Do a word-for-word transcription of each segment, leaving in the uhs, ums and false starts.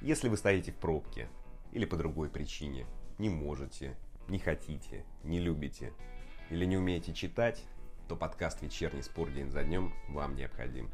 Если вы стоите в пробке или по другой причине, не можете, не хотите, не любите или не умеете читать, то подкаст «Вечерний спор день за днем» вам необходим.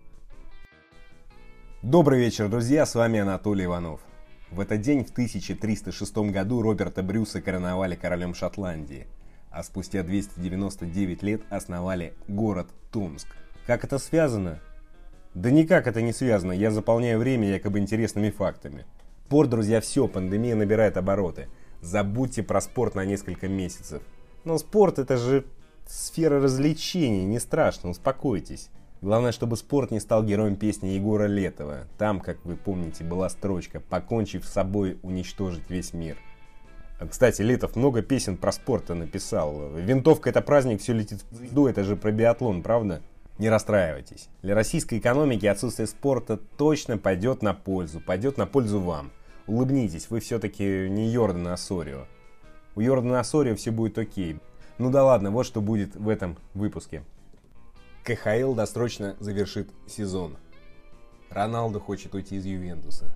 Добрый вечер, друзья, с вами Анатолий Иванов. В этот день в тысяча триста шестом году Роберта Брюса короновали королем Шотландии, а спустя двести девяносто девять лет основали город Томск. Как это связано? Да никак это не связано, я заполняю время якобы интересными фактами. Спорт, друзья, все, пандемия набирает обороты. Забудьте про спорт на несколько месяцев. Но спорт это же сфера развлечений, не страшно, успокойтесь. Главное, чтобы спорт не стал героем песни Егора Летова. Там, как вы помните, была строчка «Покончив с собой, уничтожить весь мир». Кстати, Летов много песен про спорт написал. «Винтовка» — это праздник, все летит в звезду, это же про биатлон, правда? Не расстраивайтесь. Для российской экономики отсутствие спорта точно пойдет на пользу, пойдет на пользу вам. Улыбнитесь, вы все-таки не Йордан Осорио. У Йордана Осорио все будет окей. Ну да ладно, вот что будет в этом выпуске. ка ха эл досрочно завершит сезон. Роналду хочет уйти из Ювентуса.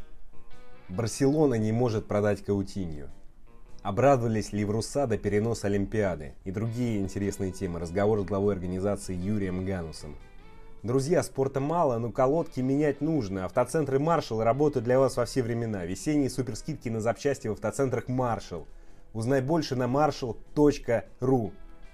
Барселона не может продать Каутинью. Обрадовались ли в Руссадо перенос Олимпиады и другие интересные темы. Разговор с главой организации Юрием Ганусом. Друзья, спорта мало, но колодки менять нужно. Автоцентры Маршал работают для вас во все времена. Весенние суперскидки на запчасти в автоцентрах Маршал. Узнай больше на маршал точка ру.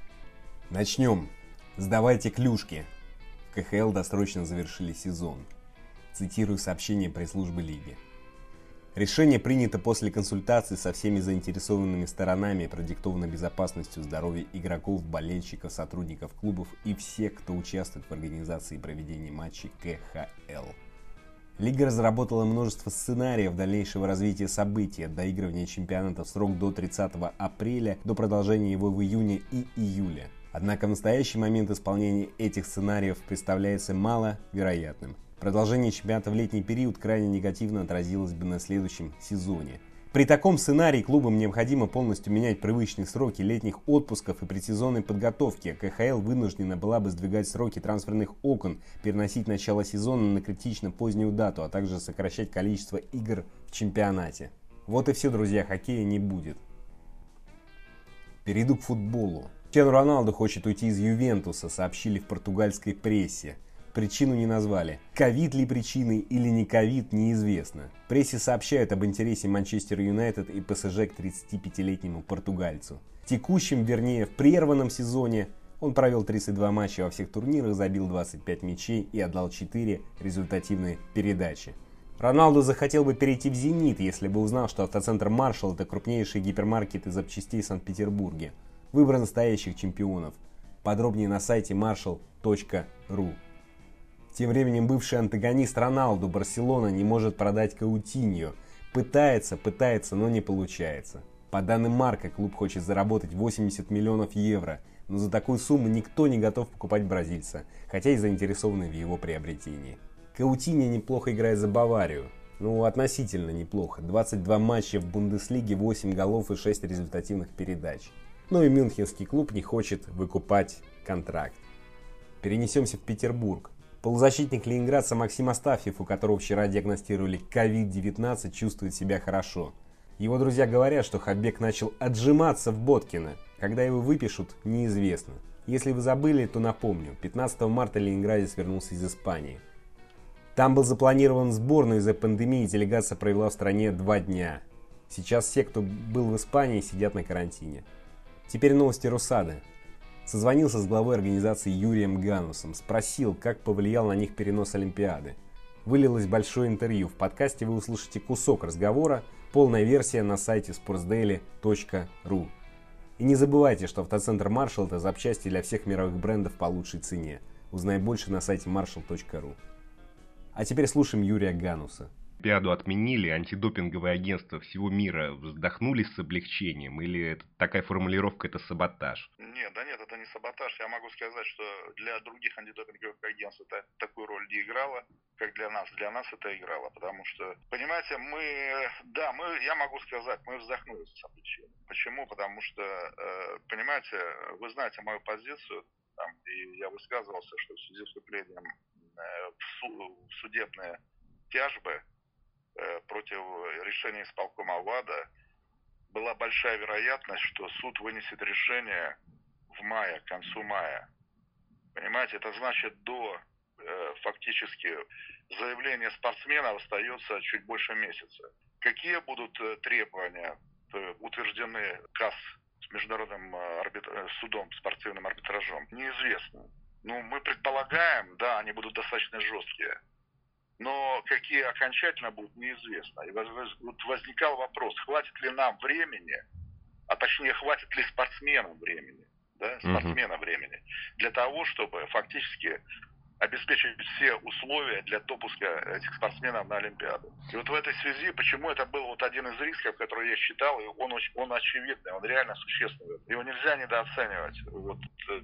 Начнем. Сдавайте клюшки. В ка ха эл досрочно завершили сезон. Цитирую сообщение пресс-службы лиги. Решение принято после консультаций со всеми заинтересованными сторонами, продиктовано безопасностью здоровья игроков, болельщиков, сотрудников клубов и всех, кто участвует в организации и проведении матчей ка ха эл. Лига разработала множество сценариев дальнейшего развития событий, от доигрывания чемпионата в срок до тридцатого апреля до продолжения его в июне и июле. Однако в настоящий момент исполнение этих сценариев представляется маловероятным. Продолжение чемпионата в летний период крайне негативно отразилось бы на следующем сезоне. При таком сценарии клубам необходимо полностью менять привычные сроки летних отпусков и предсезонной подготовки. ка ха эл вынуждена была бы сдвигать сроки трансферных окон, переносить начало сезона на критично позднюю дату, а также сокращать количество игр в чемпионате. Вот и все, друзья, хоккея не будет. Перейду к футболу. Криштиану Роналду хочет уйти из Ювентуса, сообщили в португальской прессе. Причину не назвали. Ковид ли причиной или не ковид, неизвестно. В прессе сообщают об интересе Манчестер Юнайтед и пэ эс жэ к тридцатипятилетнему португальцу. В текущем, вернее, в прерванном сезоне он провел тридцать два матча во всех турнирах, забил двадцать пять мячей и отдал четыре результативные передачи. Роналду захотел бы перейти в «Зенит», если бы узнал, что автоцентр «Маршал» — это крупнейший гипермаркет из запчастей в Санкт-Петербурге. Выбор настоящих чемпионов. Подробнее на сайте маршал точка ру. Тем временем бывший антагонист Роналду, Барселона, не может продать Каутинью. Пытается, пытается, но не получается. По данным Марка, клуб хочет заработать восемьдесят миллионов евро, но за такую сумму никто не готов покупать бразильца, хотя и заинтересованы в его приобретении. Каутинья неплохо играет за Баварию. Ну, относительно неплохо. двадцать два матча в Бундеслиге, восемь голов и шесть результативных передач. Но и мюнхенский клуб не хочет выкупать контракт. Перенесемся в Петербург. Полузащитник ленинградца Максим Астафьев, у которого вчера диагностировали ковид девятнадцать, чувствует себя хорошо. Его друзья говорят, что Хабек начал отжиматься в Боткино. Когда его выпишут, неизвестно. Если вы забыли, то напомню. пятнадцатого марта ленинградец вернулся из Испании. Там был запланирован сбор, но из-за пандемии делегация провела в стране два дня. Сейчас все, кто был в Испании, сидят на карантине. Теперь новости Руссадо. Созвонился с главой организации Юрием Ганусом, спросил, как повлиял на них перенос Олимпиады. Вылилось большое интервью. В подкасте вы услышите кусок разговора, полная версия на сайте спортсдейли точка ру. И не забывайте, что автоцентр Маршал — это запчасти для всех мировых брендов по лучшей цене. Узнай больше на сайте маршал точка ру. А теперь слушаем Юрия Гануса. Олимпиаду отменили, антидопинговые агентства всего мира вздохнули с облегчением, или это, такая формулировка — это саботаж? Нет, да нет, это не саботаж. Я могу сказать, что для других антидопинговых агентств это такую роль не играло, как для нас. Для нас это играло, потому что, понимаете, мы, да, мы, я могу сказать, мы вздохнули с облегчением. Почему? Потому что, понимаете, вы знаете мою позицию, там, и я высказывался, что в связи с вступлением в судебные тяжбы против решения исполкома ВАДА, была большая вероятность, что суд вынесет решение в мае, к концу мая. Понимаете, это значит, до э, фактически заявления спортсменов остается чуть больше месяца. Какие будут э, требования э, утверждены КАС с Международным э, арбитр... судом, спортивным арбитражом, неизвестно. Ну, мы предполагаем, да, они будут достаточно жесткие. Но какие окончательно будут, неизвестно. И возникал вопрос, хватит ли нам времени, а точнее, хватит ли спортсменам времени, да, спортсменам uh-huh. времени, для того, чтобы фактически обеспечить все условия для допуска этих спортсменов на Олимпиаду. И вот в этой связи, почему это был вот один из рисков, который я считал, и он, он очевидный, он реально существенный. Его нельзя недооценивать. Вот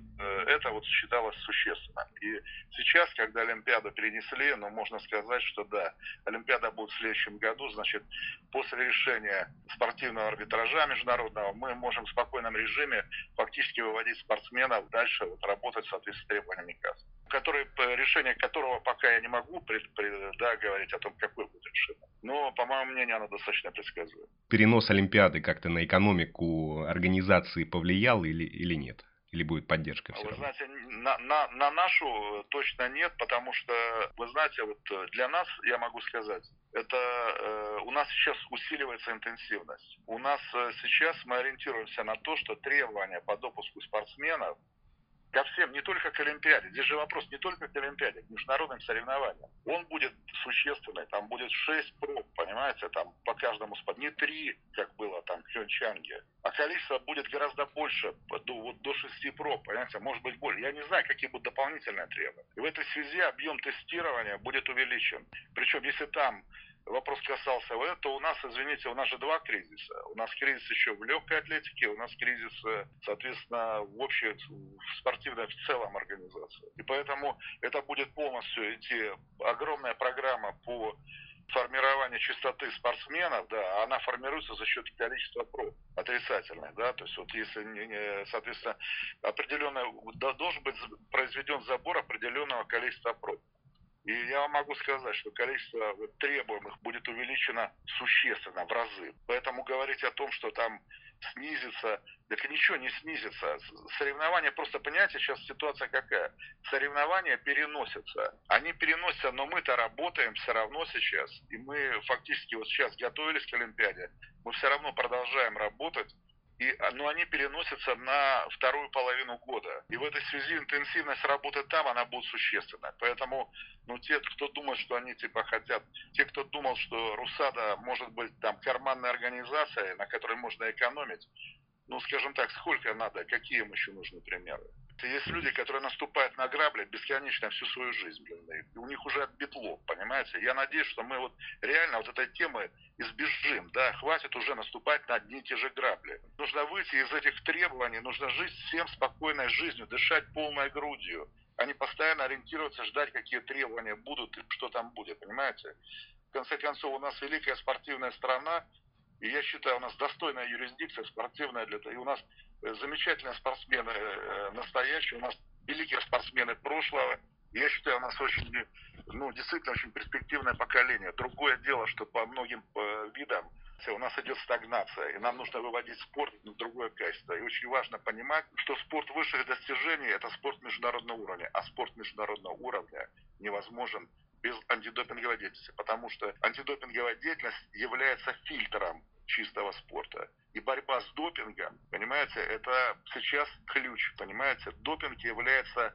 это вот считалось существенно. И сейчас, когда Олимпиаду перенесли, ну, можно сказать, что да, Олимпиада будет в следующем году, значит, после решения спортивного арбитража международного мы можем в спокойном режиме фактически выводить спортсменов дальше вот, работать в соответствии с требованиями КАС, который, решение которого пока я не могу пред, пред, да, говорить о том, какое будет решение. Но, по моему мнению, оно достаточно предсказуемо. Перенос Олимпиады как-то на экономику организации повлиял или, или нет? Или будет поддержка все Вы равно? знаете, на, на, на нашу точно нет, потому что, вы знаете, вот для нас, я могу сказать, это э, у нас сейчас усиливается интенсивность. У нас э, сейчас мы ориентируемся на то, что требования по допуску спортсменов ко всем, не только к Олимпиаде. Здесь же вопрос не только к Олимпиаде, к международным соревнованиям. Он будет существенный, там будет шесть проб, понимаете, там по каждому спорту. Не три, как было там в Пхёнчханге, а количество будет гораздо больше, до, вот, до шести проб, понимаете, может быть больше. Я не знаю, какие будут дополнительные требования. И в этой связи объем тестирования будет увеличен. Причем, если там вопрос касался этого, то у нас, извините, у нас же два кризиса. У нас кризис еще в легкой атлетике, у нас кризис, соответственно, в общей, в спортивной в целом организации. И поэтому это будет полностью идти огромная программа по формированию частоты спортсменов, да, она формируется за счет количества проб отрицательных, да, то есть вот если, соответственно, определенно должен быть произведен забор определенного количества проб. И я вам могу сказать, что количество требуемых будет увеличено существенно, в разы. Поэтому говорить о том, что там снизится, так ничего не снизится. Соревнования, просто понимаете, сейчас ситуация какая? Соревнования переносятся. Они переносятся, но мы-то работаем все равно сейчас. И мы фактически вот сейчас готовились к Олимпиаде. Мы все равно продолжаем работать. И, но они переносятся на вторую половину года. И в этой связи интенсивность работы там, она будет существенная. Поэтому, ну, те, кто думает, что они типа хотят, те, кто думал, что РУСАДА может быть там карманной организацией, на которой можно экономить, ну, скажем так, сколько надо, какие им еще нужны примеры? Есть люди, которые наступают на грабли бесконечно всю свою жизнь, блин, и у них уже отбит лоб, понимаете? Я надеюсь, что мы вот реально вот этой темы избежим, да, хватит уже наступать на одни и те же грабли. Нужно выйти из этих требований, нужно жить всем спокойной жизнью, дышать полной грудью, а не постоянно ориентироваться, ждать, какие требования будут и что там будет, понимаете? В конце концов, у нас великая спортивная страна, и я считаю, у нас достойная юрисдикция спортивная для этого. И у нас замечательные спортсмены настоящие, у нас великие спортсмены прошлого. И я считаю, у нас очень, ну, действительно очень перспективное поколение. Другое дело, что по многим видам у нас идет стагнация, и нам нужно выводить спорт на другое качество. И очень важно понимать, что спорт высших достижений – это спорт международного уровня, а спорт международного уровня невозможен без антидопинговой деятельности, потому что антидопинговая деятельность является фильтром чистого спорта. И борьба с допингом, понимаете, это сейчас ключ, понимаете. Допинг является,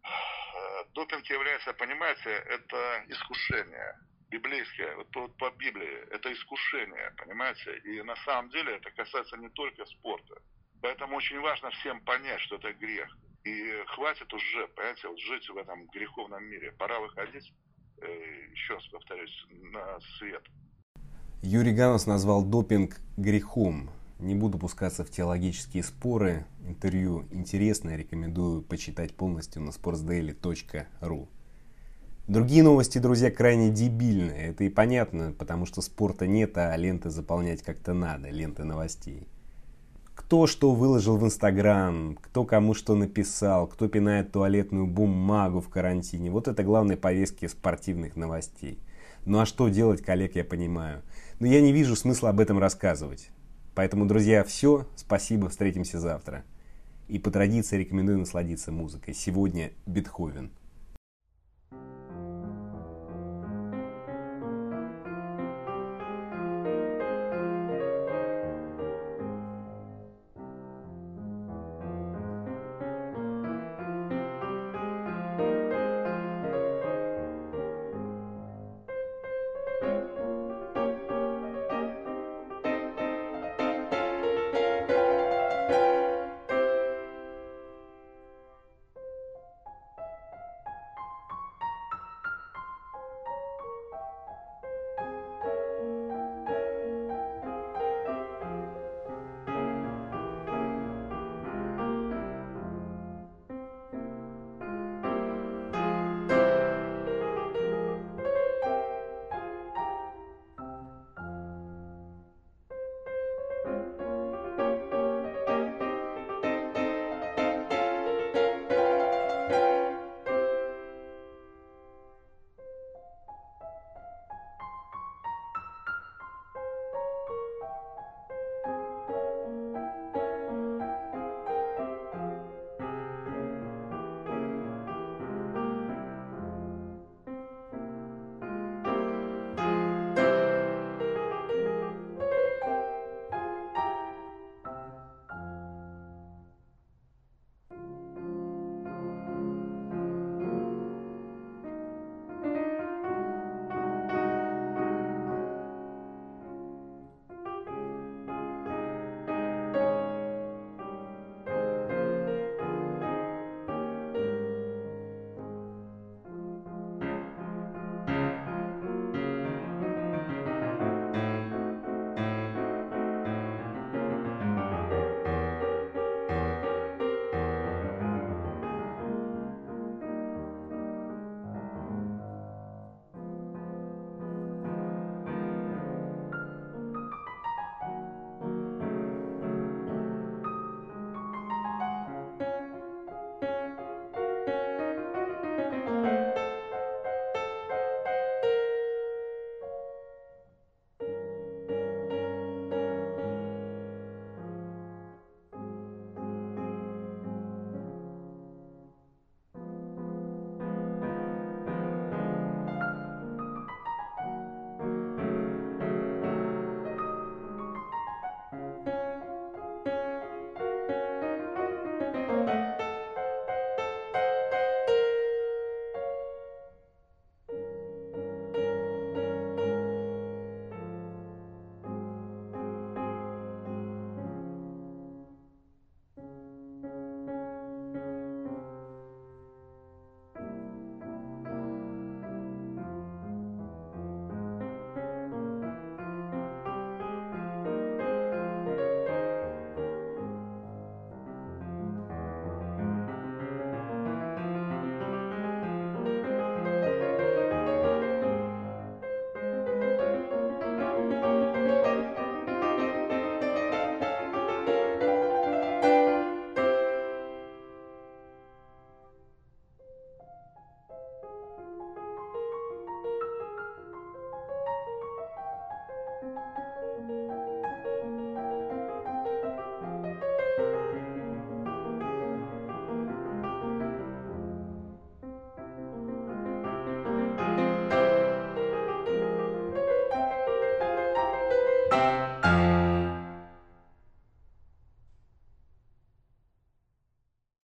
допинг является, понимаете, это искушение библейское, вот по, по Библии, это искушение, понимаете. И на самом деле это касается не только спорта. Поэтому очень важно всем понять, что это грех. И хватит уже, понимаете, вот жить в этом греховном мире. Пора выходить, еще раз повторюсь, на свет. Юрий Ганус назвал допинг грехом. Не буду пускаться в теологические споры. Интервью интересное, рекомендую почитать полностью на sportsdaily точка ру. Другие новости, друзья, крайне дебильные. Это и понятно, потому что спорта нет, а ленты заполнять как-то надо, ленты новостей. Кто что выложил в Инстаграм, кто кому что написал, кто пинает туалетную бумагу в карантине. Вот это главные повестки спортивных новостей. Ну а что делать, коллег, я понимаю. Но я не вижу смысла об этом рассказывать. Поэтому, друзья, все. Спасибо, встретимся завтра. И по традиции рекомендую насладиться музыкой. Сегодня Бетховен.